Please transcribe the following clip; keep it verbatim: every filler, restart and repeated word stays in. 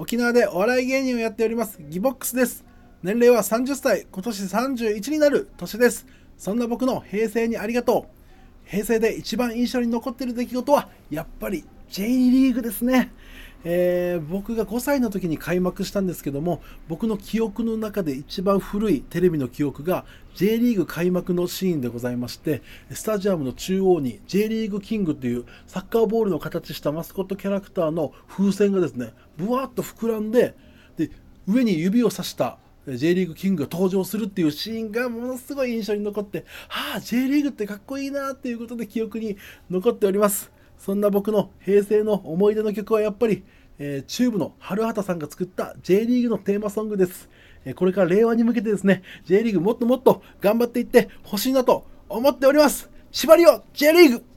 沖縄でお笑い芸人をやっておりますギボックスです。年齢はさんじゅっさい、今年さんじゅういちになる年です。そんな僕の平成にありがとう。平成で一番印象に残っている出来事はやっぱり J リーグですね。えー、僕がごさいの時に開幕したんですけども、僕の記憶の中で一番古いテレビの記憶が J リーグ開幕のシーンでございまして、スタジアムの中央に J リーグキングというサッカーボールの形したマスコットキャラクターの風船がですね、ブワーッと膨らんで、で上に指をさした J リーグキングが登場するっていうシーンがものすごい印象に残って、はあ J リーグってかっこいいなっていうことで記憶に残っております。そんな僕の平成の思い出の曲はやっぱり、えー、チューブの春畑さんが作った J リーグのテーマソングです。えー、これから令和に向けてですね、J リーグもっともっと頑張っていってほしいなと思っております。縛りを J リーグ